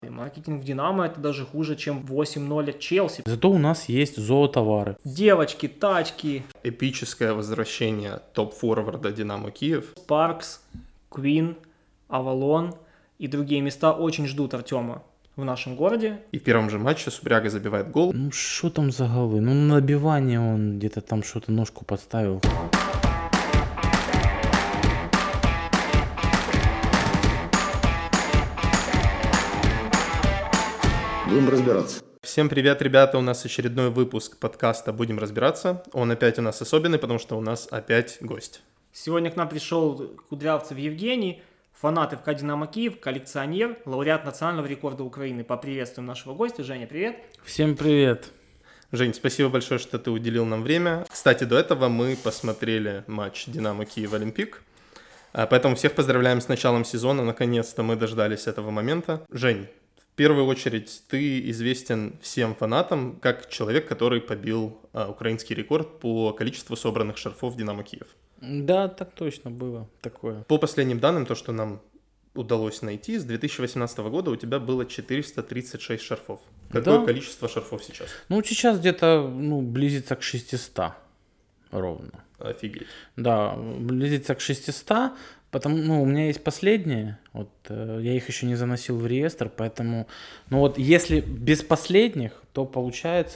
Маркетинг в «Динамо» — это даже хуже, чем 8-0 от Челси. Зато у нас есть зоотовары. Девочки, тачки. Эпическое возвращение топ-форварда «Динамо Киев». Спаркс, Квин, Авалон и другие места очень ждут Артема в нашем городе. И в первом же матче Супряга забивает гол. Ну что там за голы? Ну на набивание он где-то там что-то ножку подставил. Будем разбираться. Всем привет, ребята, у нас очередной выпуск подкаста «Будем разбираться». Он опять у нас особенный, потому что у нас опять гость. Сегодня к нам пришел Кудрявцев Евгений, фанат ФК «Динамо Киев», коллекционер, лауреат национального рекорда Украины. Поприветствуем нашего гостя. Женя, привет. Всем привет. Жень, спасибо большое, что ты уделил нам время. Кстати, до этого мы посмотрели матч «Динамо Киев-Олимпик». Поэтому всех поздравляем с началом сезона. Наконец-то мы дождались этого момента. Жень, в первую очередь, ты известен всем фанатам как человек, который побил украинский рекорд по количеству собранных шарфов «Динамо Киев». Да, так точно было такое. По последним данным, то, что нам удалось найти, с 2018 года у тебя было 436 шарфов. Какое количество шарфов сейчас? Ну, сейчас где-то близится к 600 ровно. Офигеть. Да, близится к 600, потому, у меня есть последние, вот, я их еще не заносил в реестр, поэтому, если без последних, то получается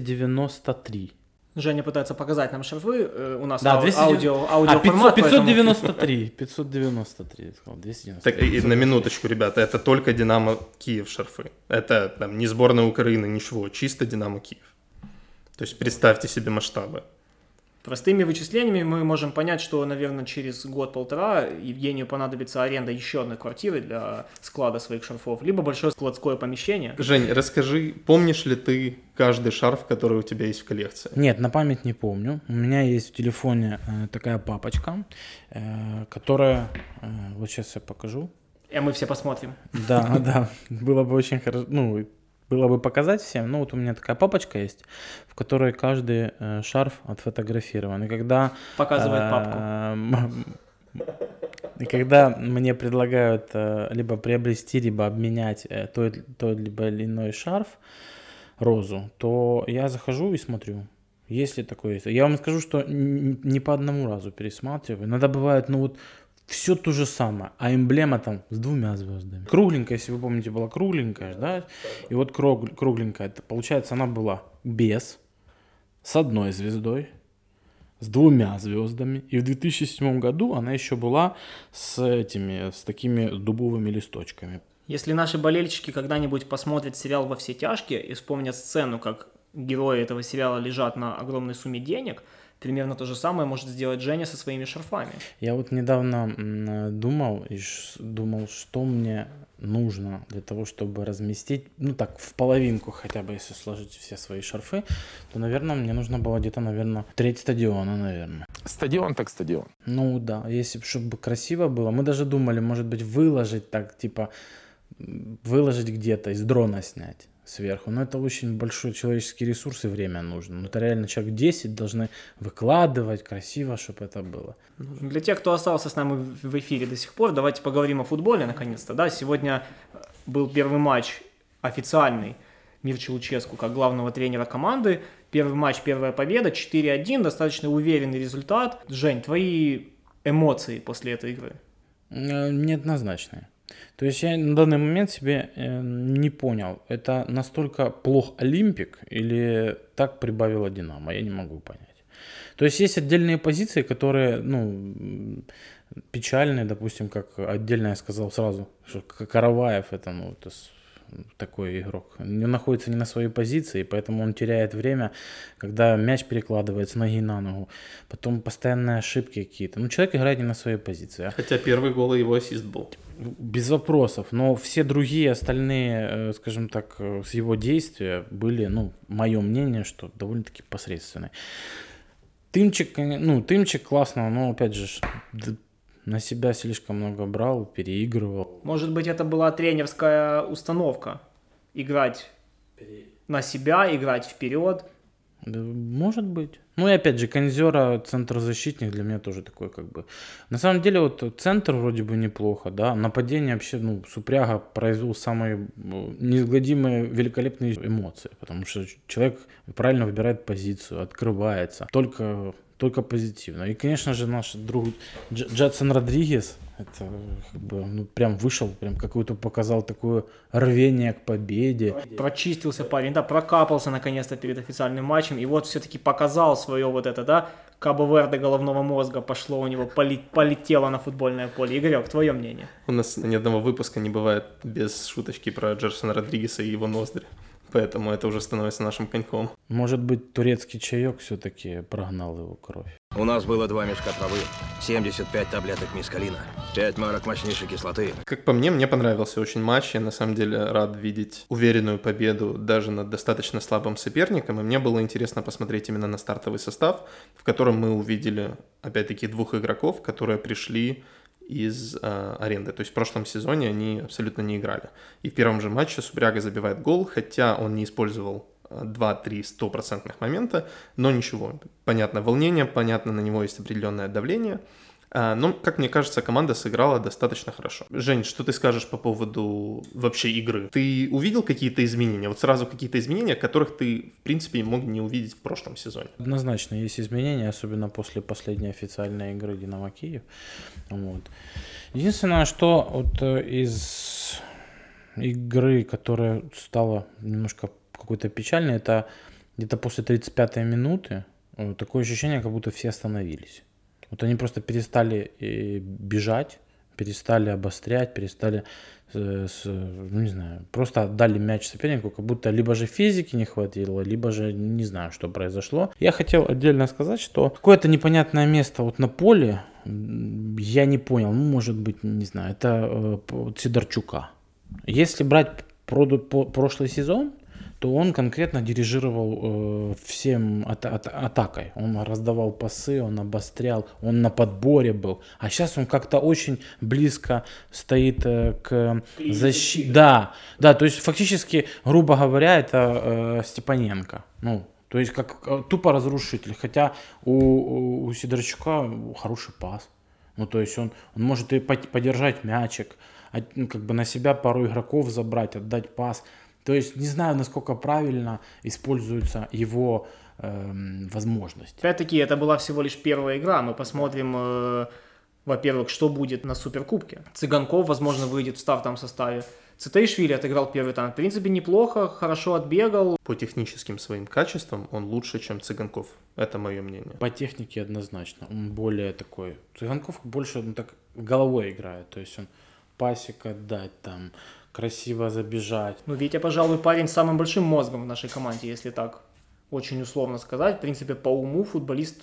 293. Женя пытается показать нам шарфы. У нас да, аудиоформат. 593. 593. 293. Так, и на минуточку, ребята, это только «Динамо Киев» шарфы. Это там не сборная Украины, ничего, чисто «Динамо Киев». То есть представьте себе масштабы. Простыми вычислениями мы можем понять, что, наверное, через год-полтора Евгению понадобится аренда еще одной квартиры для склада своих шарфов, либо большое складское помещение. Жень, расскажи, помнишь ли ты каждый шарф, который у тебя есть в коллекции? Нет, на память не помню. У меня есть в телефоне такая папочка, которая... вот сейчас я покажу. И мы все посмотрим. Да, было бы очень хорошо... Было бы показать всем, но вот у меня такая папочка есть, в которой каждый шарф отфотографирован. И когда... Показывает папку. И когда мне предлагают либо приобрести, либо обменять тот либо иной шарф, розу, то я захожу и смотрю, есть ли такое. Я вам скажу, что не по одному разу пересматриваю. Иногда бывает, все то же самое, а эмблема там с 2 звездами. Кругленькая, если вы помните, была кругленькая, да? И вот кругленькая, это, получается, она была без, с 1 звездой, с 2 звездами. И в 2007 году она еще была с такими дубовыми листочками. Если наши болельщики когда-нибудь посмотрят сериал «Во все тяжкие» и вспомнят сцену, как герои этого сериала лежат на огромной сумме денег, примерно то же самое может сделать Женя со своими шарфами. Я вот недавно думал, что мне нужно для того, чтобы разместить, в половинку хотя бы, если сложить все свои шарфы, то, наверное, мне нужно было где-то, треть стадиона, наверное. Стадион так стадион. Ну да, если бы, чтобы красиво было. Мы даже думали, может быть, выложить где-то, из дрона снять сверху. Но это очень большой человеческий ресурс и время нужно. Это реально человек 10 должны выкладывать красиво, чтобы это было. Для тех, кто остался с нами в эфире до сих пор, давайте поговорим о футболе наконец-то. Да, сегодня был первый матч официальный Мирча Луческу как главного тренера команды. Первый матч, первая победа, 4-1, достаточно уверенный результат. Жень, твои эмоции после этой игры? Неоднозначные. То есть я на данный момент себе не понял, это настолько плох Олимпик или так прибавила Динамо, я не могу понять. То есть есть отдельные позиции, которые, печальные, допустим, как отдельно я сказал сразу, что Караваев это, такой игрок, не находится не на своей позиции, поэтому он теряет время, когда мяч перекладывает с ноги на ногу, потом постоянные ошибки какие-то. Человек играет не на своей позиции. Хотя первый гол и его ассист был. Без вопросов, но все другие остальные, скажем так, с его действия были, мое мнение, что довольно-таки посредственные. Тымчик классно, но опять же, на себя слишком много брал, переигрывал. Может быть, это была тренерская установка? Играть на себя, играть вперед? Да, может быть. Ну и опять же, Канзера, центр-защитник для меня тоже такой как бы. На самом деле вот центр вроде бы неплохо, да. Нападение вообще, ну, Супряга произвел самые неизгладимые, великолепные эмоции. Потому что человек правильно выбирает позицию, открывается. Только позитивно. И, конечно же, наш друг Джадсон Родригес, это как бы, ну, прям вышел, прям какую-то показал такое рвение к победе. Прочистился парень, да, прокапался наконец-то перед официальным матчем, и вот все-таки показал свое вот это, да, Кабо-Верде головного мозга пошло у него, полетело на футбольное поле. Игорек, твое мнение? У нас ни одного выпуска не бывает без шуточки про Джерсона Родригеса и его ноздри. Поэтому это уже становится нашим коньком. Может быть, турецкий чаек все-таки прогнал его кровь. У нас было 2 мешка травы, 75 таблеток мискалина, 5 марок мощнейшей кислоты. Как по мне понравился очень матч. Я на самом деле рад видеть уверенную победу даже над достаточно слабым соперником. И мне было интересно посмотреть именно на стартовый состав, в котором мы увидели, опять-таки, 2 игроков, которые пришли из аренды. То есть в прошлом сезоне они абсолютно не играли. И в первом же матче Супряга забивает гол, хотя он не использовал 2-3 100% момента, но ничего. Понятно волнение, понятно, на него есть определенное давление. Но, как мне кажется, команда сыграла достаточно хорошо. Жень, что ты скажешь по поводу вообще игры? Ты увидел какие-то изменения? Вот сразу какие-то изменения, которых ты, в принципе, мог не увидеть в прошлом сезоне? Однозначно есть изменения, особенно после последней официальной игры «Динамо Киев». Вот. Единственное, что вот из игры, которая стала немножко какой-то печальной, это где-то после 35-й минуты такое ощущение, как будто все остановились. Вот они просто перестали бежать, перестали обострять, перестали, не знаю, просто отдали мяч сопернику, как будто либо же физики не хватило, либо же не знаю, что произошло. Я хотел отдельно сказать, что какое-то непонятное место вот на поле, я не понял, ну, может быть, не знаю, это Сидорчука. Если брать прошлый сезон, то он конкретно дирижировал всем атакой. Он раздавал пасы, он обострял, он на подборе был. А сейчас он как-то очень близко стоит к защите. Да, то есть фактически, грубо говоря, это Степаненко. Ну, то есть как тупо разрушитель. Хотя у Сидорчука хороший пас. Ну, то есть он может и подержать мячик, как бы на себя пару игроков забрать, отдать пас. То есть не знаю, насколько правильно используются его возможности. Опять-таки, это была всего лишь первая игра. Мы посмотрим, во-первых, что будет на Суперкубке. Цыганков, возможно, выйдет в стартовом составе. Цитаишвили отыграл первый тайм. В принципе, неплохо, хорошо отбегал. По техническим своим качествам он лучше, чем Цыганков. Это мое мнение. По технике однозначно. Он более такой... Цыганков больше так головой играет. То есть он пасик отдать там... красиво забежать. Ну, Витя, пожалуй, парень с самым большим мозгом в нашей команде, если так очень условно сказать. В принципе, по уму футболист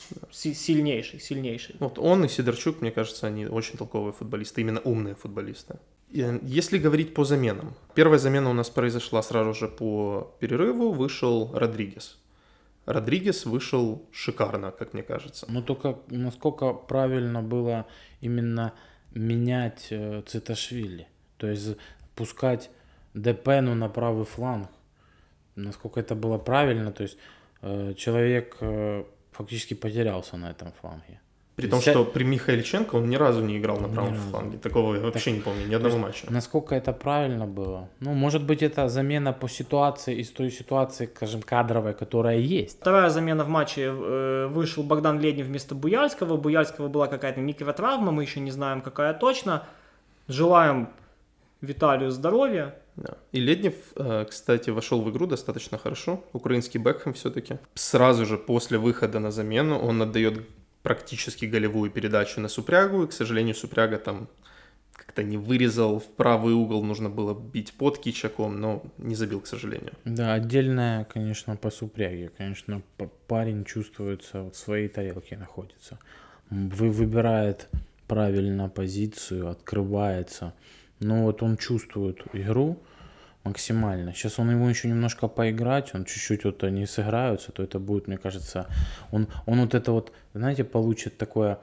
сильнейший. Вот он и Сидорчук, мне кажется, они очень толковые футболисты, именно умные футболисты. Если говорить по заменам. Первая замена у нас произошла сразу же по перерыву, вышел Родригес. Родригес вышел шикарно, как мне кажется. Но только насколько правильно было именно менять Циташвили. То есть пускать Депену на правый фланг, насколько это было правильно, то есть человек фактически потерялся на этом фланге. При том, что при Михайличенко он ни разу не играл на правом фланге. Такого я вообще не помню, ни одного матча. Насколько это правильно было? Ну, может быть, это замена по ситуации, из той ситуации, скажем, кадровой, которая есть. Вторая замена в матче. Вышел Богдан Леднев вместо Буяльского. У Буяльского была какая-то микротравма, мы еще не знаем, какая точно. Желаем Виталию здоровья. Да. И Леднев, кстати, вошел в игру достаточно хорошо. Украинский Бекхэм все-таки. Сразу же после выхода на замену он отдает практически голевую передачу на Супрягу. И, к сожалению, Супряга там как-то не вырезал в правый угол. Нужно было бить под Кичаком, но не забил, к сожалению. Да, отдельная, конечно, по Супряге. Конечно, парень чувствуется, в своей тарелке находится. Выбирает правильно позицию, открывается. Но вот он чувствует игру максимально. Сейчас он ему еще немножко поиграть, он чуть-чуть вот они сыграются, то это будет, мне кажется, он вот это вот, знаете, получит такое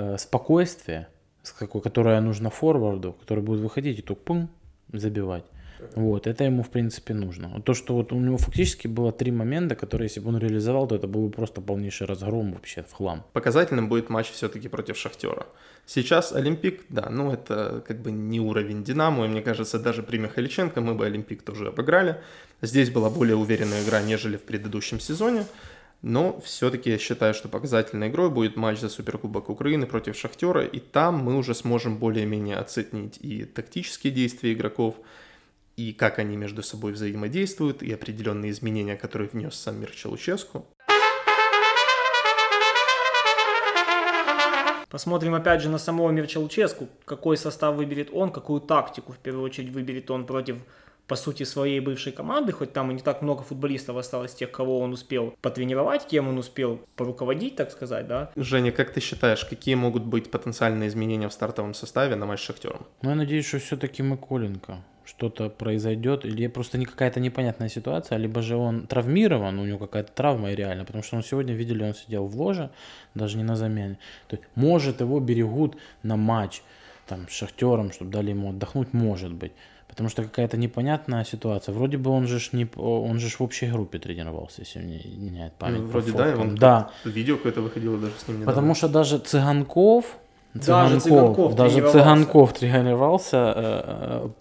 спокойствие, которое нужно форварду, который будет выходить и то пум, забивать. Вот, это ему, в принципе, нужно. Вот то, что вот у него фактически было 3 момента, которые, если бы он реализовал, то это был бы просто полнейший разгром вообще в хлам. Показательным будет матч все-таки против Шахтера. Сейчас Олимпик, да, ну это как бы не уровень Динамо, и мне кажется, даже при Михайличенко мы бы Олимпик тоже обыграли. Здесь была более уверенная игра, нежели в предыдущем сезоне, но все-таки я считаю, что показательной игрой будет матч за Суперкубок Украины против Шахтера, и там мы уже сможем более-менее оценить и тактические действия игроков, и как они между собой взаимодействуют, и определенные изменения, которые внес сам Мирча Луческу. Посмотрим опять же на самого Мирча Луческу, какой состав выберет он, какую тактику в первую очередь выберет он против, по сути, своей бывшей команды, хоть там и не так много футболистов осталось, тех, кого он успел потренировать, кем он успел поруководить, так сказать, да. Женя, как ты считаешь, какие могут быть потенциальные изменения в стартовом составе на матч с Шахтером? Ну, я надеюсь, что все-таки Миколенко что-то произойдет, или просто какая-то непонятная ситуация, либо же он травмирован, у него какая-то травма и реально, потому что он сегодня, видели, он сидел в ложе, даже не на замене. То есть, может, его берегут на матч там, с Шахтером, чтобы дали ему отдохнуть, может быть. Потому что какая-то непонятная ситуация. Вроде бы он же в общей группе тренировался, если мне не меняет память. Вроде да, и он да. Видео какое-то выходило даже с ним недавно. Потому что даже Цыганков тренировался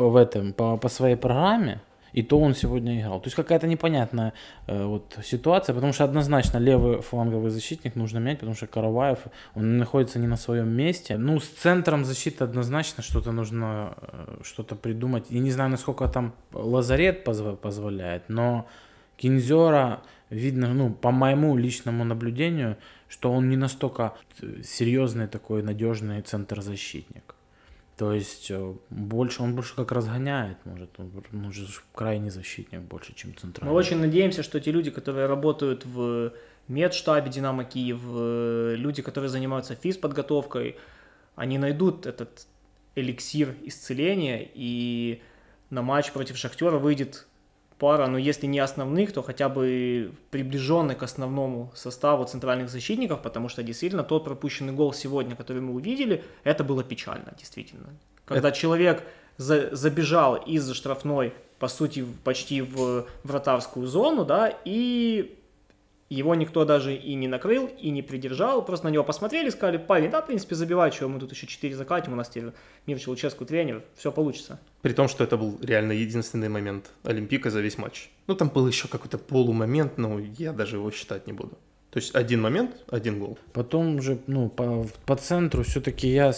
по своей программе, и то он сегодня играл. То есть какая-то непонятная вот ситуация, потому что однозначно левый фланговый защитник нужно менять, потому что Караваев, он находится не на своем месте. Ну, с центром защиты однозначно что-то нужно, что-то придумать. Я не знаю, насколько там лазарет позволяет, но Кинзера видно, ну, по моему личному наблюдению, что он не настолько серьезный такой надежный центрзащитник. То есть он больше как разгоняет, может, он же крайний защитник больше, чем центральный. Мы очень надеемся, что те люди, которые работают в медштабе Динамо Киев, люди, которые занимаются физподготовкой, они найдут этот эликсир исцеления, и на матч против Шахтера выйдет пара, но если не основных, то хотя бы приближенный к основному составу центральных защитников, потому что действительно тот пропущенный гол сегодня, который мы увидели, это было печально, действительно. Когда человек забежал из штрафной, по сути, почти в вратарскую зону, да, и его никто даже и не накрыл, и не придержал, просто на него посмотрели, сказали: парень, да, в принципе, забивай, чего мы тут еще 4 закатим, у нас теперь Мирча Луческу тренер, все получится. При том, что это был реально единственный момент Олимпика за весь матч. Ну, там был еще какой-то полумомент, но я даже его считать не буду. То есть один момент, один гол. Потом уже, ну, по центру все-таки я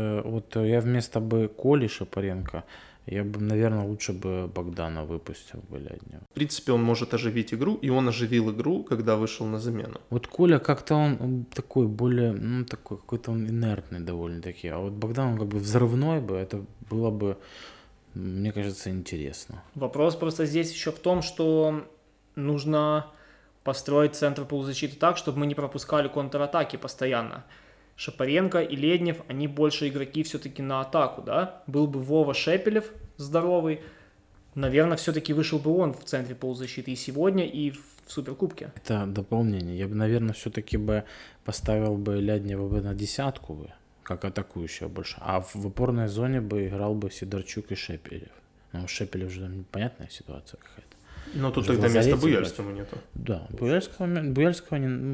вместо бы Коли Шапаренко, я бы, наверное, лучше бы Богдана выпустил бы Ляднева. В принципе, он может оживить игру, и он оживил игру, когда вышел на замену. Вот Коля как-то он такой более, ну, такой какой-то он инертный довольно-таки. А вот Богдан, он как бы взрывной бы, это было бы, мне кажется, интересно. Вопрос просто здесь еще в том, что нужно построить центр полузащиты так, чтобы мы не пропускали контратаки постоянно. Шапаренко и Леднев, они больше игроки все-таки на атаку, да? Был бы Вова Шепелев здоровый, наверное, все-таки вышел бы он в центре полузащиты и сегодня, и в Суперкубке. Это дополнение. Я бы, наверное, все-таки бы поставил бы Ляднева бы на десятку бы, как атакующего больше. А в опорной зоне бы играл бы Сидорчук и Шепелев. Но Шепелев же там непонятная ситуация какая-то. Но тут тогда места Буяльскому нету. Да, Буяльского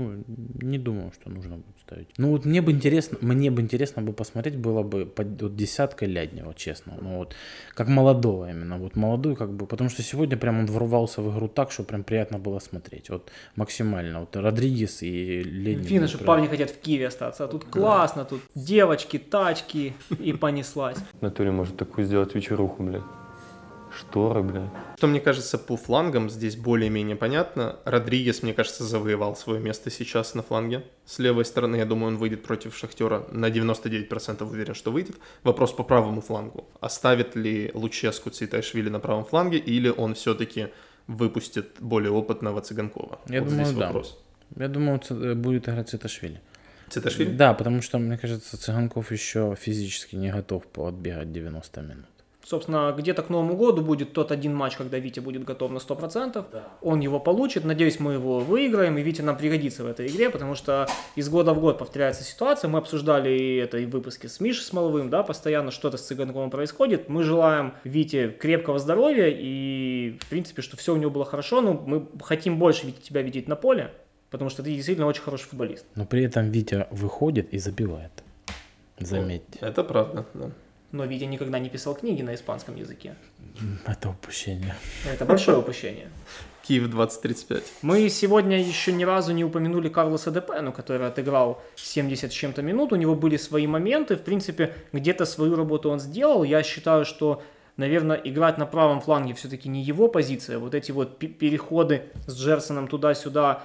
не думал, что нужно будет ставить. Ну вот мне бы интересно бы посмотреть было бы под десяткой Ляднева, честно. Ну вот, как молодого именно, вот молодой как бы, потому что сегодня прям он ворвался в игру так, что прям приятно было смотреть. Вот максимально. Вот Родригес и Леднев. Видно, что парни хотят в Киеве остаться, а тут классно, тут девочки, тачки, и понеслась. В натуре может такую сделать вечеруху, блядь. Шторы, блядь. Что мне кажется, по флангам здесь более-менее понятно. Родригес, мне кажется, завоевал свое место сейчас на фланге. С левой стороны, я думаю, он выйдет против Шахтера. На 99% уверен, что выйдет. Вопрос по правому флангу. Оставит ли Луческу Цветаишвили на правом фланге, или он все-таки выпустит более опытного Цыганкова? Я вот думаю, здесь да. вопрос. Я думаю, будет играть Цветашвили. Цветашвили? Да, потому что, мне кажется, Цыганков еще физически не готов отбегать 90 минут. собственно, где-то к Новому году будет тот один матч, когда Витя будет готов на 100%. Он его получит. Надеюсь, мы его выиграем, и Витя нам пригодится в этой игре, потому что из года в год повторяется ситуация. Мы обсуждали это и в выпуске с Мишей Смоловым, да, постоянно что-то с Цыганковым происходит. Мы желаем Вите крепкого здоровья и, в принципе, что все у него было хорошо. Но мы хотим больше тебя видеть на поле, потому что ты действительно очень хороший футболист. Но при этом Витя выходит и забивает. Заметьте. Это правда, да. Но Витя никогда не писал книги на испанском языке. Это упущение. Это большое упущение. Киев 2035. Мы сегодня еще ни разу не упомянули Карлоса Депену, который отыграл 70 с чем-то минут. У него были свои моменты. В принципе, где-то свою работу он сделал. Я считаю, что, наверное, играть на правом фланге все-таки не его позиция. Вот эти вот переходы с Джерсоном туда-сюда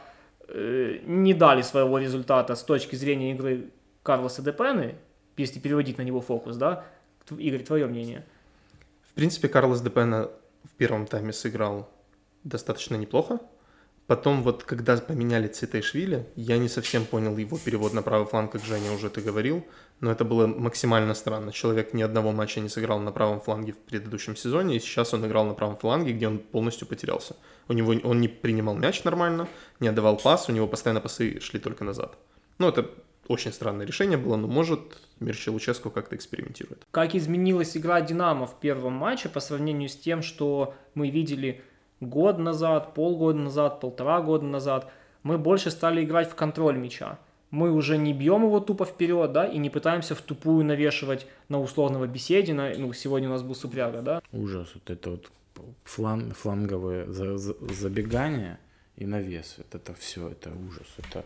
не дали своего результата с точки зрения игры Карлоса Депены, если переводить на него фокус, да? Игорь, твое мнение? В принципе, Карлос Депена в первом тайме сыграл достаточно неплохо. Потом вот, когда поменяли Цитаишвили, я не совсем понял его перевод на правый фланг, как Женя уже ты говорил, но это было максимально странно. Человек ни одного матча не сыграл на правом фланге в предыдущем сезоне, и сейчас он играл на правом фланге, где он полностью потерялся. Он не принимал мяч нормально, не отдавал пас, у него постоянно пасы шли только назад. Ну, это очень странное решение было, но может Мирча Луческу как-то экспериментирует. Как изменилась игра Динамо в первом матче по сравнению с тем, что мы видели год назад, полгода назад, 1,5 года назад? Мы больше стали играть в контроль мяча. Мы уже не бьем его тупо вперед, да, и не пытаемся в тупую навешивать на условного Беседина. Ну, сегодня у нас был Супряга, да. Ужас. Вот это вот фланговые забегания и навес. Это все, это ужас.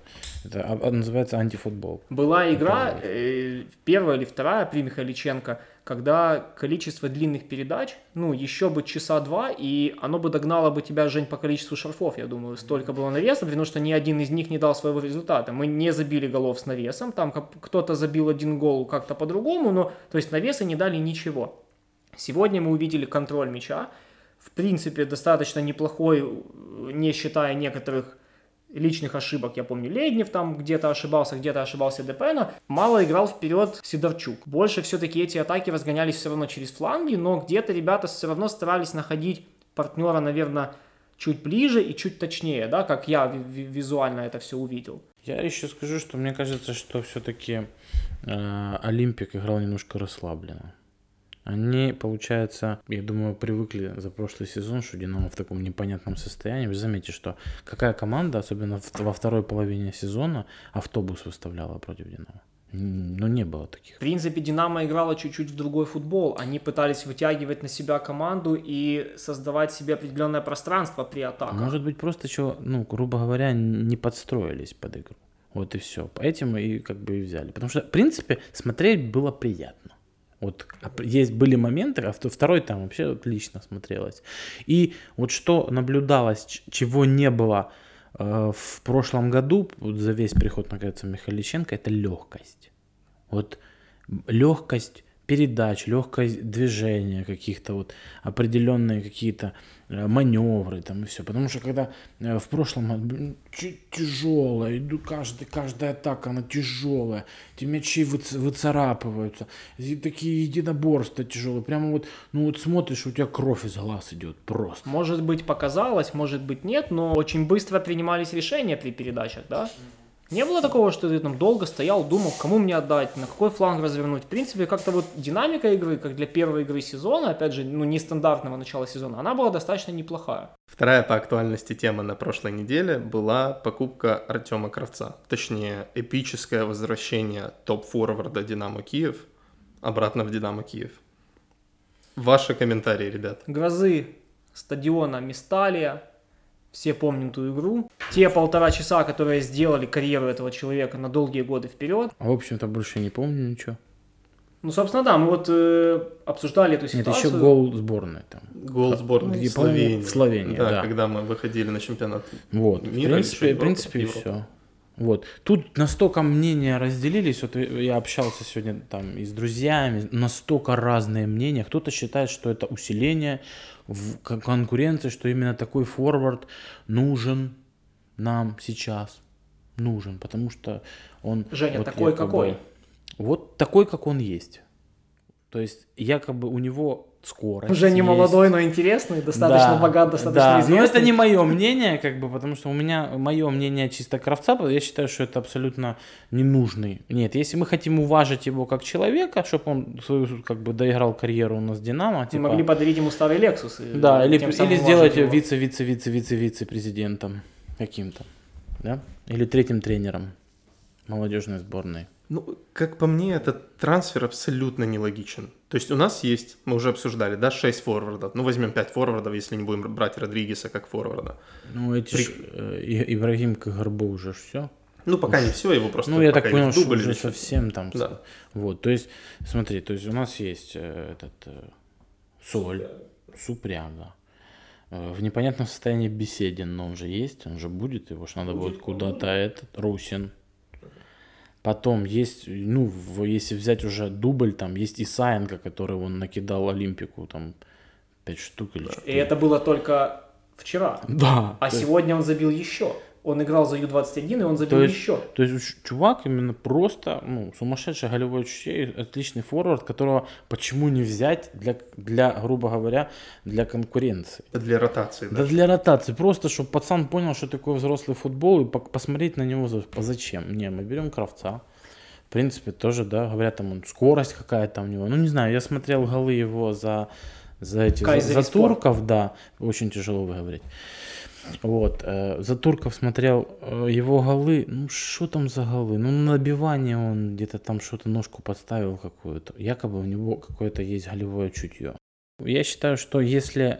Это называется антифутбол. Была игра, первая или вторая при Михайличенко, когда количество длинных передач, ну, еще бы часа 2, и оно бы догнало бы тебя, Жень, по количеству шарфов, я думаю. Столько было навесов, потому что ни один из них не дал своего результата. Мы не забили голов с навесом, там кто-то забил один гол как-то по-другому, но, то есть, навесы не дали ничего. Сегодня мы увидели контроль мяча, в принципе, достаточно неплохой, не считая некоторых личных ошибок. Я помню, Леднев там где-то ошибался Депена. Мало играл вперед Сидорчук. Больше все-таки эти атаки разгонялись все равно через фланги, но где-то ребята все равно старались находить партнера, наверное, чуть ближе и чуть точнее, да, как я визуально это все увидел. Я еще скажу, что мне кажется, что все-таки Олимпик играл немножко расслабленно. Они, получается, я думаю, привыкли за прошлый сезон, что Динамо в таком непонятном состоянии. Вы заметите, что какая команда, особенно во второй половине сезона, автобус выставляла против Динамо? Ну, не было таких. В принципе, Динамо играла чуть-чуть в другой футбол. Они пытались вытягивать на себя команду и создавать себе определенное пространство при атаках. Может быть, просто, грубо говоря, не подстроились под игру. Вот и все. Поэтому и как бы и взяли. Потому что, в принципе, смотреть было приятно. Вот были моменты, а второй там вообще отлично смотрелось. И вот что наблюдалось, чего не было в прошлом году, вот за весь приход, наконец, Михайличенко, это легкость. Вот легкость передач, легкость движения каких-то, вот определенные какие-то маневры там и все. Потому что когда в прошлом тяжелая, каждая атака, она тяжелая, эти мячи выцарапываются, такие единоборства тяжелые, прямо вот, смотришь, у тебя кровь из глаз идет просто. Может быть, показалось, может быть, нет, но очень быстро принимались решения при передачах, да? Не было такого, что ты там долго стоял, думал, кому мне отдать, на какой фланг развернуть. В принципе, как-то вот динамика игры, как для первой игры сезона, опять же, нестандартного начала сезона, она была достаточно неплохая. Вторая по актуальности тема на прошлой неделе была покупка Артема Кравца. Точнее, эпическое возвращение топ-форварда Динамо Киев обратно в Динамо Киев. Ваши комментарии, ребят. Грозы стадиона Мисталия. Все помним ту игру. Те 1,5 часа, которые сделали карьеру этого человека на долгие годы вперед. А в общем-то больше не помню ничего. Ну, собственно, да, мы вот обсуждали эту ситуацию. Нет, еще гол сборной там. Гол сборной Словении. В Словении, да. Когда мы выходили на чемпионат вот. мира. В принципе, и все. Вот. Тут настолько мнения разделились, вот я общался сегодня там и с друзьями, настолько разные мнения. Кто-то считает, что это усиление в конкуренции, что именно такой форвард нужен нам сейчас. Нужен, потому что он... Женя, вот такой какой? Вот такой, как он есть. То есть якобы у него скорость. Уже не есть. молодой, но интересный, достаточно богат, достаточно известный. Но это не мое мнение, как бы, потому что у меня мое мнение чисто Кравца, я считаю, что это абсолютно ненужный. Нет, если мы хотим уважить его как человека, чтобы он свою, как бы, доиграл карьеру у нас в Динамо, Мы могли подарить ему старый Lexus. Да, или сделать вице-президентом каким-то, да, или третьим тренером молодежной сборной. Ну, как по мне, этот трансфер абсолютно нелогичен. То есть у нас есть, мы уже обсуждали, да, 6 форвардов. Ну, возьмем 5 форвардов, если не будем брать Родригеса как форварда. Ну, эти Ибрагим Кагарбо уже все. Ну, пока не все, его просто... Ну, я так пока понял, в что дубль уже или совсем там... Да. Вот, то есть, смотри, то есть у нас есть Соль, Супряга. В непонятном состоянии Беседин, но он же есть, он же будет, его же надо будет куда-то Русин. Потом есть, ну, если взять уже дубль, там есть Исаенко, который он накидал Олимпику, там 5 штук или 4. И это было только вчера. Да. А сегодня он забил еще. Он играл за Ю-21, и он забил еще. То есть чувак именно просто, ну, сумасшедший голевой чутье, отличный форвард, которого почему не взять для, грубо говоря, для конкуренции. Для ротации, да. Да для ротации. Просто, чтобы пацан понял, что такое взрослый футбол, и посмотреть на него зачем. Не, мы берем Кравца. В принципе, тоже, да, говорят, там скорость какая-то у него. Ну, не знаю, я смотрел голы его за турков, да, очень тяжело выговорить. Вот, за турков смотрел его голы, ну что там за голы, ну на набивание он где-то там что-то ножку подставил какую-то, якобы у него какое-то есть голевое чутье. Я считаю, что если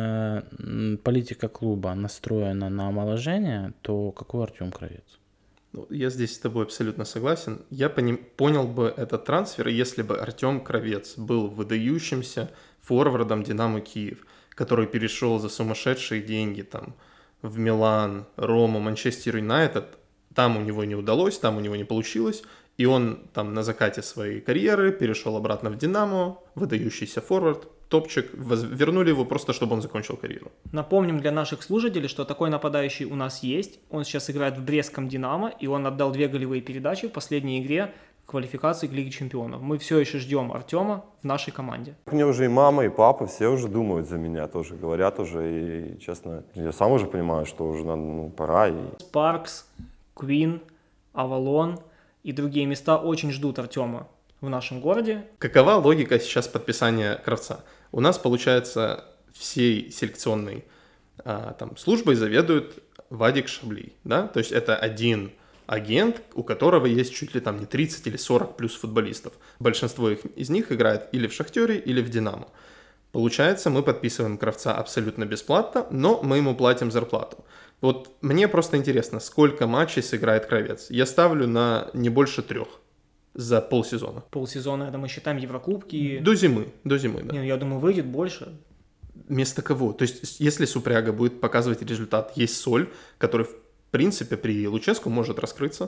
политика клуба настроена на омоложение, то какой Артем Кравец? Ну, я здесь с тобой абсолютно согласен. Я понял бы этот трансфер, если бы Артем Кравец был выдающимся форвардом Динамо Киев, который перешел за сумасшедшие деньги там в Милан, Рому, Манчестер Юнайтед. Там у него не удалось, там у него не получилось. И он там на закате своей карьеры перешел обратно в Динамо, выдающийся форвард, топчик. Вернули его просто, чтобы он закончил карьеру. Напомним для наших слушателей, что такой нападающий у нас есть. Он сейчас играет в Брестском Динамо, и он отдал 2 голевые передачи в последней игре квалификации к Лиге Чемпионов. Мы все еще ждем Артема в нашей команде. Мне уже и мама, и папа, все уже думают за меня, тоже говорят уже. И, честно, я сам уже понимаю, что уже надо, ну, пора. Спаркс, Квин, Авалон и другие места очень ждут Артема в нашем городе. Какова логика сейчас подписания Кравца? У нас, получается, всей селекционной там, службой заведует Вадик Шабли, да? То есть это один агент, у которого есть чуть ли там не 30 или 40 плюс футболистов. Большинство из них играет или в Шахтере, или в Динамо. Получается, мы подписываем Кравца абсолютно бесплатно, но мы ему платим зарплату. Вот мне просто интересно, сколько матчей сыграет Кравец. Я ставлю на не больше 3 за полсезона. Полсезона, это мы считаем Еврокубки. До зимы, да. Не, я думаю, выйдет больше. Вместо кого? То есть, если Супряга будет показывать результат, есть Соль, который, в принципе, при Луческу может раскрыться.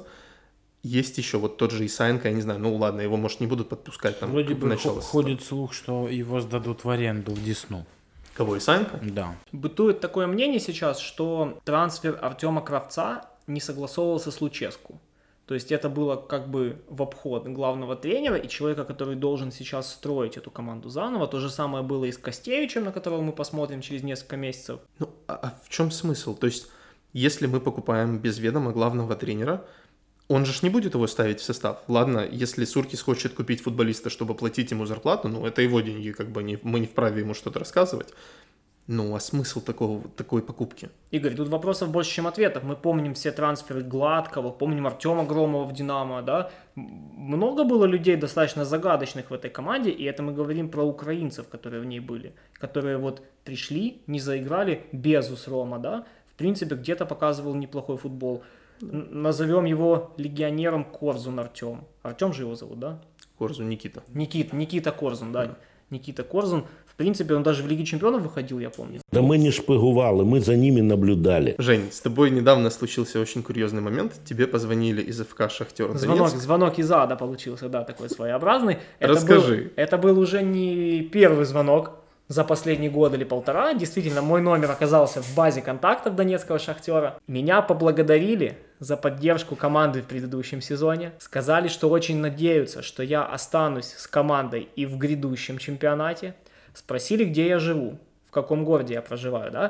Есть еще вот тот же Исаенко, я не знаю, ну ладно, его, может, не будут подпускать там. Вроде бы ходит слух, что его сдадут в аренду в Десну. Кого, Исаенко? Да. Бытует такое мнение сейчас, что трансфер Артема Кравца не согласовывался с Луческу. То есть это было как бы в обход главного тренера и человека, который должен сейчас строить эту команду заново. То же самое было и с Костевичем, на которого мы посмотрим через несколько месяцев. Ну, а в чем смысл? То есть, если мы покупаем без ведома главного тренера, он же не будет его ставить в состав. Ладно, если Суркис хочет купить футболиста, чтобы платить ему зарплату, ну, это его деньги, как бы мы не вправе ему что-то рассказывать. Ну, а смысл такой покупки? Игорь, тут вопросов больше, чем ответов. Мы помним все трансферы Гладкого, помним Артема Громова в Динамо, да. Много было людей достаточно загадочных в этой команде, и это мы говорим про украинцев, которые в ней были, которые вот пришли, не заиграли, Безус Рома, да. В принципе, где-то показывал неплохой футбол. Назовем его легионером Корзун Артем. Артем же его зовут, да? Корзун Никита. Никита Корзун, да. Никита Корзун. В принципе, он даже в Лиге Чемпионов выходил, я помню. Да мы не шпыгували, мы за ними наблюдали. Жень, с тобой недавно случился очень курьезный момент. Тебе позвонили из ФК «Шахтер Донецк». Звонок из ада получился, да, такой своеобразный. Расскажи. Это был уже не первый звонок за последний год или полтора. Действительно, мой номер оказался в базе контактов Донецкого «Шахтера». Меня поблагодарили за поддержку команды в предыдущем сезоне. Сказали, что очень надеются, что я останусь с командой и в грядущем чемпионате. Спросили, где я живу, в каком городе я проживаю, да.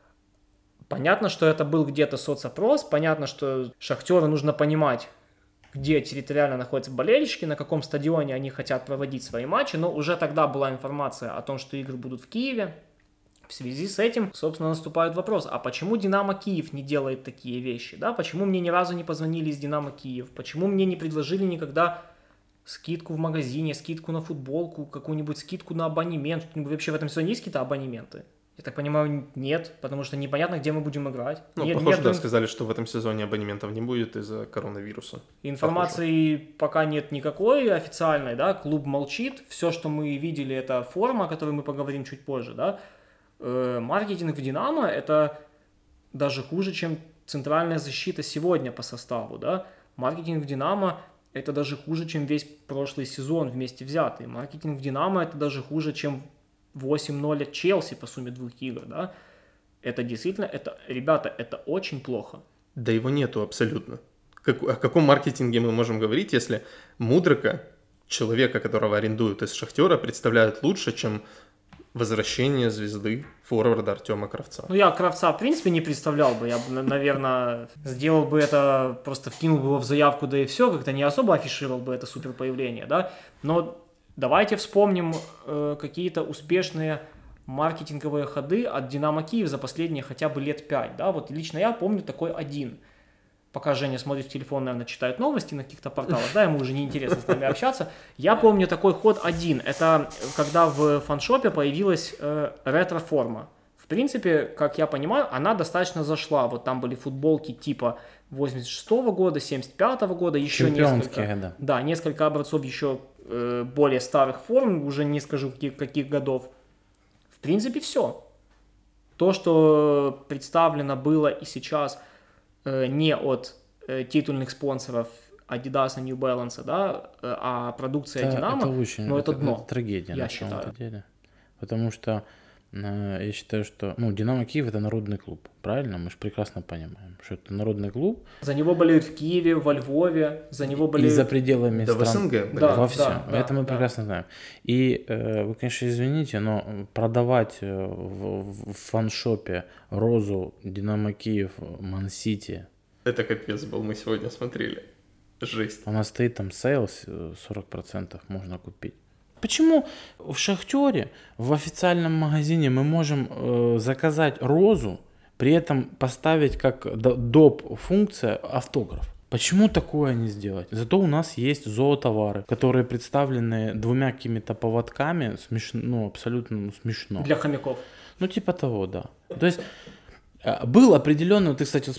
Понятно, что это был где-то соцопрос, понятно, что Шахтеру нужно понимать, где территориально находятся болельщики, на каком стадионе они хотят проводить свои матчи, но уже тогда была информация о том, что игры будут в Киеве. В связи с этим, собственно, наступает вопрос, а почему Динамо Киев не делает такие вещи, да? Почему мне ни разу не позвонили из Динамо Киев, почему мне не предложили никогда скидку в магазине, скидку на футболку, какую-нибудь скидку на абонемент, вообще в этом сезоне есть какие-то абонементы? Я так понимаю, нет, потому что непонятно, где мы будем играть. Ну, нет, похоже, нет, да, сказали, что в этом сезоне абонементов не будет из-за коронавируса. Информации пока нет никакой официальной, да, клуб молчит. Все, что мы видели, это форма, о которой мы поговорим чуть позже, да. Маркетинг в Динамо это даже хуже, чем центральная защита сегодня по составу, да. Маркетинг в Динамо это даже хуже, чем весь прошлый сезон вместе взятый. Маркетинг в Динамо это даже хуже, чем 8-0 от Челси по сумме 2 игр, да. Это действительно, ребята, это очень плохо. Да его нету абсолютно. О каком маркетинге мы можем говорить, если Мудрика, человека, которого арендуют из Шахтера, представляют лучше, чем возвращение звезды форварда Артема Кравца? Ну, я Кравца, в принципе, не представлял бы. Я бы, наверное, сделал бы это, просто вкинул бы его в заявку, да и все, как-то не особо афишировал бы это супер появление, да. Но давайте вспомним какие-то успешные маркетинговые ходы от Динамо Киев за последние хотя бы лет 5, да. Вот лично я помню такой один. Пока Женя смотрит в телефон, наверное, читает новости на каких-то порталах, да, ему уже неинтересно с нами общаться. Я помню такой ход один. Это когда в фаншопе появилась ретро-форма. В принципе, как я понимаю, она достаточно зашла. Вот там были футболки типа 86-го года, 75-го года, еще несколько. Да, несколько образцов еще более старых форм, уже не скажу каких годов. В принципе, все. То, что представлено было и сейчас не от титульных спонсоров Adidas и New Balance, да, а продукция Динамо, но это дно. Это трагедия, я на считаю. самом деле. Потому что я считаю, что Динамо Киев это народный клуб, правильно? Мы же прекрасно понимаем, что это народный клуб. За него болеют в Киеве, во Львове, за него болеют... И за пределами да, стран. в СНГ. Да, во всем. Да, это мы прекрасно знаем. И вы, конечно, извините, но продавать в фаншопе розу Динамо Киев, Ман-Сити... Это капец был, мы сегодня смотрели. Жесть. У нас стоит там сейлс 40% можно купить. Почему в Шахтере, в официальном магазине мы можем заказать розу, при этом поставить как доп. Функция автограф? Почему такое не сделать? Зато у нас есть зоотовары, которые представлены 2 какими-то поводками, абсолютно смешно. Для хомяков. Ну, типа того, да. То есть был определенный, ты, кстати,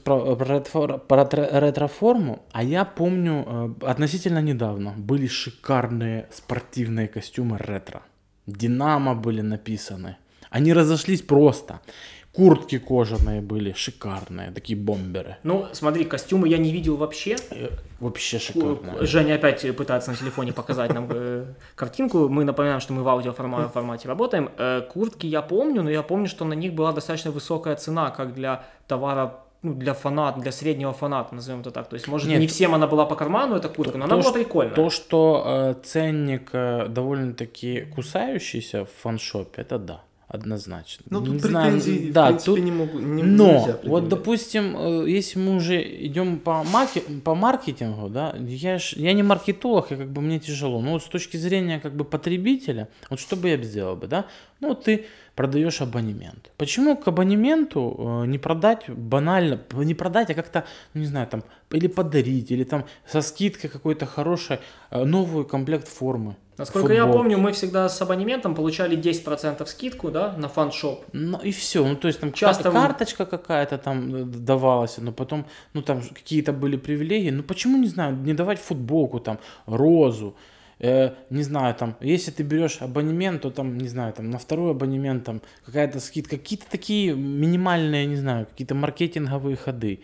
про ретро-форму, а я помню, относительно недавно были шикарные спортивные костюмы ретро. Динамо были написаны. Они разошлись просто. Куртки кожаные были, шикарные, такие бомберы. Ну, смотри, костюмы я не видел вообще. Вообще шикарные. Женя опять пытается на телефоне показать нам картинку. Мы напоминаем, что мы в аудиоформате работаем. Куртки я помню, но я помню, что на них была достаточно высокая цена, как для товара, для фаната, для среднего фаната, назовем это так. То есть, может, не всем она была по карману, эта куртка, но она была прикольная. То, что ценник довольно-таки кусающийся в фаншопе, это да. Однозначно. Ну, тут не претензий, да, в принципе, тут... нельзя. Но, вот, допустим, если мы уже идем по маркетингу, да, я не маркетолог, и как бы мне тяжело, но вот с точки зрения как бы потребителя, вот что бы я сделал бы, да, ну, ты продаешь абонемент. Почему к абонементу не продать банально, не продать, а как-то, не знаю, там, или подарить, или там со скидкой какой-то хорошей новый комплект формы. Насколько я помню, мы всегда с абонементом получали 10% скидку, да, на фаншоп. Ну и все, ну то есть там часто карточка какая-то там давалась, но потом, ну там какие-то были привилегии, ну почему, не знаю, не давать футболку, там, розу, не знаю, там, если ты берешь абонемент, то там, не знаю, там, на второй абонемент там какая-то скидка, какие-то такие минимальные, не знаю, какие-то маркетинговые ходы.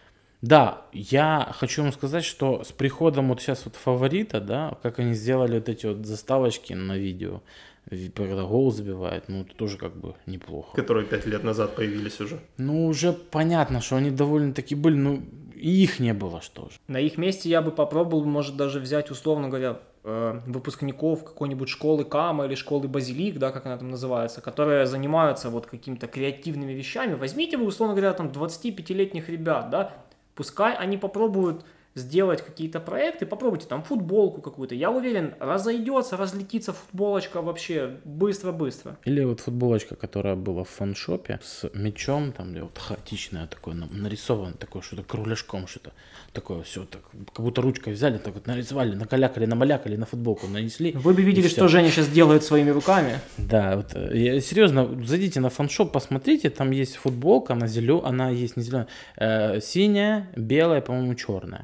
Да, я хочу вам сказать, что с приходом вот сейчас вот Фаворита, да, как они сделали вот эти вот заставочки на видео, когда гол забивает, ну это тоже как бы неплохо. Которые 5 лет назад появились уже. Ну уже понятно, что они довольно-таки были, ну и их не было, что же. На их месте я бы попробовал, может, даже взять, условно говоря, выпускников какой-нибудь школы Кама или школы Базилик, да, как она там называется, которые занимаются вот какими-то креативными вещами. Возьмите вы, условно говоря, там 25-летних ребят, да, пускай они попробуют сделать какие-то проекты, попробуйте там футболку какую-то. Я уверен, разойдется, разлетится футболочка вообще быстро-быстро. Или вот футболочка, которая была в фаншопе с мячом, там, где вот хаотичное такое, нарисовано такое, что-то кругляшком, что-то такое, все так, как будто ручкой взяли, так вот нарисовали, накалякали, намалякали, на футболку нанесли. Вы бы видели, что Женя сейчас делает своими руками. Да, вот, серьезно, зайдите на фаншоп, посмотрите, там есть футболка, она есть не зеленая, синяя, белая, по-моему, черная.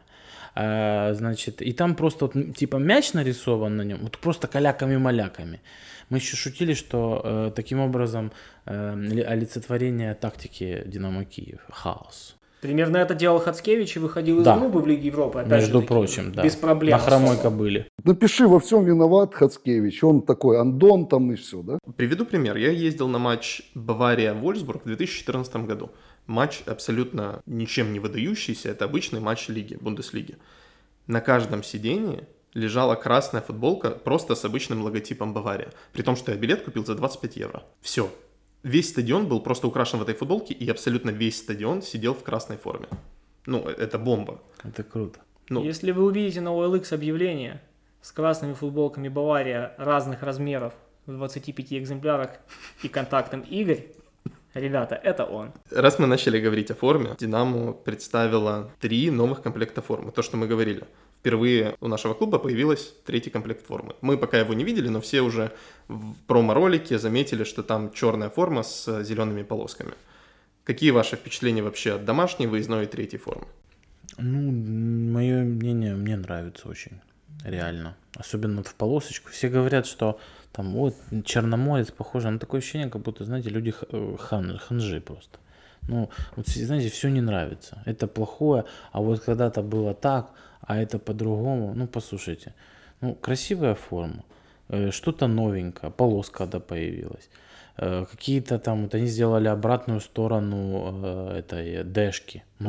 Значит, и там просто вот, типа мяч нарисован на нем, вот просто каляками-маляками. Мы еще шутили, что таким образом олицетворение тактики Динамо Киев, хаос. Примерно это делал Хацкевич и выходил из группы в Лиге Европы, опять между же, прочим, да. без проблем. На хромой кобыле. Напиши, во всем виноват Хацкевич, он такой Андон там и все, да? Приведу пример. Я ездил на матч Бавария-Вольфсбург в 2014 году. Матч абсолютно ничем не выдающийся, это обычный матч лиги, Бундеслиги. На каждом сидении лежала красная футболка просто с обычным логотипом Бавария. При том, что я билет купил за 25 евро. Все. Весь стадион был просто украшен в этой футболке, и абсолютно весь стадион сидел в красной форме. Ну, это бомба. Это круто. Если вы увидите на OLX объявление с красными футболками Бавария разных размеров в 25 экземплярах и контактом Игорь, ребята, это он. Раз мы начали говорить о форме, Динамо представила 3 новых комплекта формы. То, что мы говорили. Впервые у нашего клуба появился 3-й комплект формы. Мы пока его не видели, но все уже в промо-ролике заметили, что там черная форма с зелеными полосками. Какие ваши впечатления вообще от домашней, выездной и 3-й формы? Ну, мое мнение, мне нравится очень, реально. Особенно вот в полосочку. Все говорят, что там вот Черноморец похоже, но такое ощущение, как будто, знаете, люди ханжи просто. Ну, вот, знаете, все не нравится. Это плохое, а вот когда-то было так, а это по-другому. Ну, послушайте, ну, красивая форма, что-то новенькое, полоска когда появилась. Какие-то там, вот они сделали обратную сторону этой дэшки. Ну,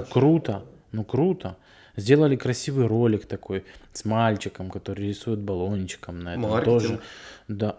круто. Сделали красивый ролик такой с мальчиком, который рисует баллончиком на этом. Маркетинг. Тоже. Да.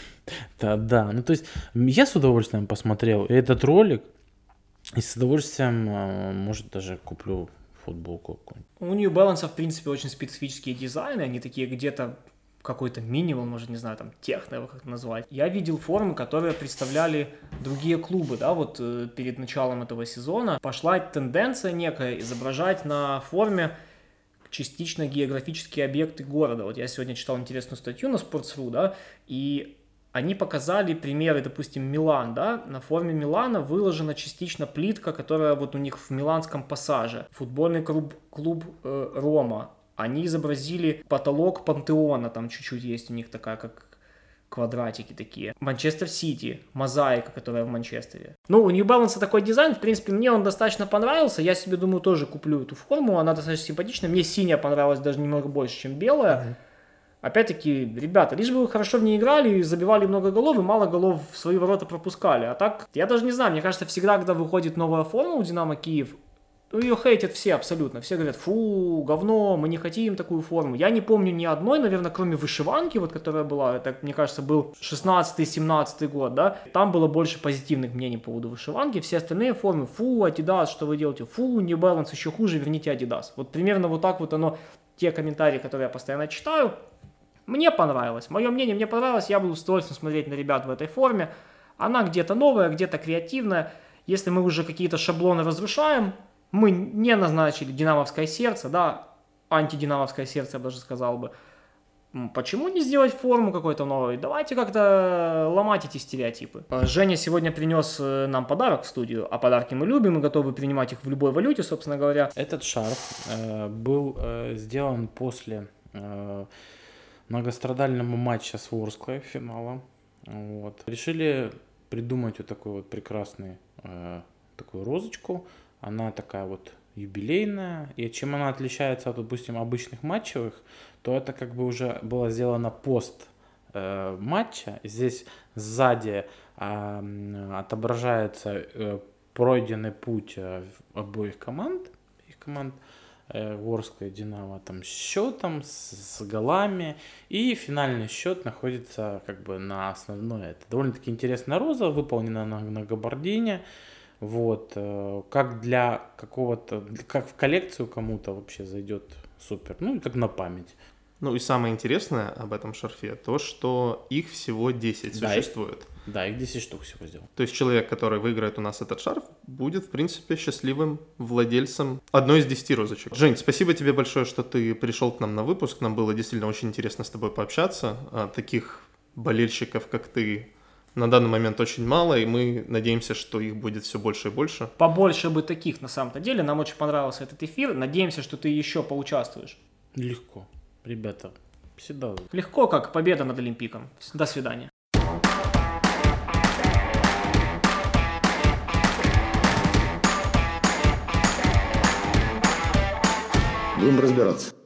Да. Ну, то есть, я с удовольствием посмотрел этот ролик. И с удовольствием, может, даже куплю футболку какую-нибудь. У New Balance, в принципе, очень специфические дизайны. Они такие где-то какой-то минимал, может, не знаю, там, техно его как назвать. Я видел формы, которые представляли другие клубы, да, вот перед началом этого сезона. Пошла тенденция некая изображать на форме частично географические объекты города. Вот я сегодня читал интересную статью на Sports.ru, да, и они показали примеры, допустим, Милан, да, на форме Милана выложена частично плитка, которая вот у них в Миланском пассаже. Футбольный клуб Рома, они изобразили потолок Пантеона, там чуть-чуть есть у них такая, как квадратики такие. Манчестер Сити, мозаика, которая в Манчестере. Ну, у New Balance такой дизайн, в принципе, мне он достаточно понравился, я себе думаю, тоже куплю эту форму, она достаточно симпатичная, мне синяя понравилась даже немного больше, чем белая. Опять-таки, ребята, лишь бы вы хорошо в ней играли, забивали много голов и мало голов в свои ворота пропускали. А так, я даже не знаю, мне кажется, всегда, когда выходит новая форма у Динамо Киев, ее хейтят все абсолютно. Все говорят, фу, говно, мы не хотим такую форму. Я не помню ни одной, наверное, кроме вышиванки, вот, которая была, это, мне кажется, был 16-17 год, да. Там было больше позитивных мнений по поводу вышиванки. Все остальные формы, фу, Adidas, что вы делаете? Фу, New Balance, еще хуже, верните Adidas. Вот примерно вот так вот оно, те комментарии, которые я постоянно читаю, мне понравилось. Мое мнение, мне понравилось. Я буду с удовольствием смотреть на ребят в этой форме. Она где-то новая, где-то креативная. Если мы уже какие-то шаблоны разрушаем, мы не назначили динамовское сердце, да, антидинамовское сердце, я бы даже сказал бы. Почему не сделать форму какой-то новой? Давайте как-то ломать эти стереотипы. Женя сегодня принес нам подарок в студию, а подарки мы любим, мы готовы принимать их в любой валюте, собственно говоря. Этот шарф был сделан после многострадального матча с Ворсклой финала. Вот. Решили придумать вот такой вот прекрасный такую розочку. Она такая вот юбилейная. И чем она отличается от, допустим, обычных матчевых, то это как бы уже было сделано пост матча. Здесь сзади отображается пройденный путь обоих команд. Горское Динамо там с счетом, с голами. И финальный счет находится как бы на основной. Это довольно-таки интересная роза, выполнена на габардине. Вот. Как для какого-то, как в коллекцию кому-то вообще зайдет супер. Ну, и как на память. Ну и самое интересное об этом шарфе, то, что их всего 10 существует. Да, их 10 штук всего сделал. То есть человек, который выиграет у нас этот шарф, будет, в принципе, счастливым владельцем одной из 10 розочек. Жень, спасибо тебе большое, что ты пришел к нам на выпуск. Нам было действительно очень интересно с тобой пообщаться. Таких болельщиков, как ты, на данный момент очень мало, и мы надеемся, что их будет все больше и больше. Побольше бы таких, на самом-то деле. Нам очень понравился этот эфир. Надеемся, что ты еще поучаствуешь. Легко. Ребята, всегда. Легко, как победа над Олимпиком. До свидания. Будем разбираться.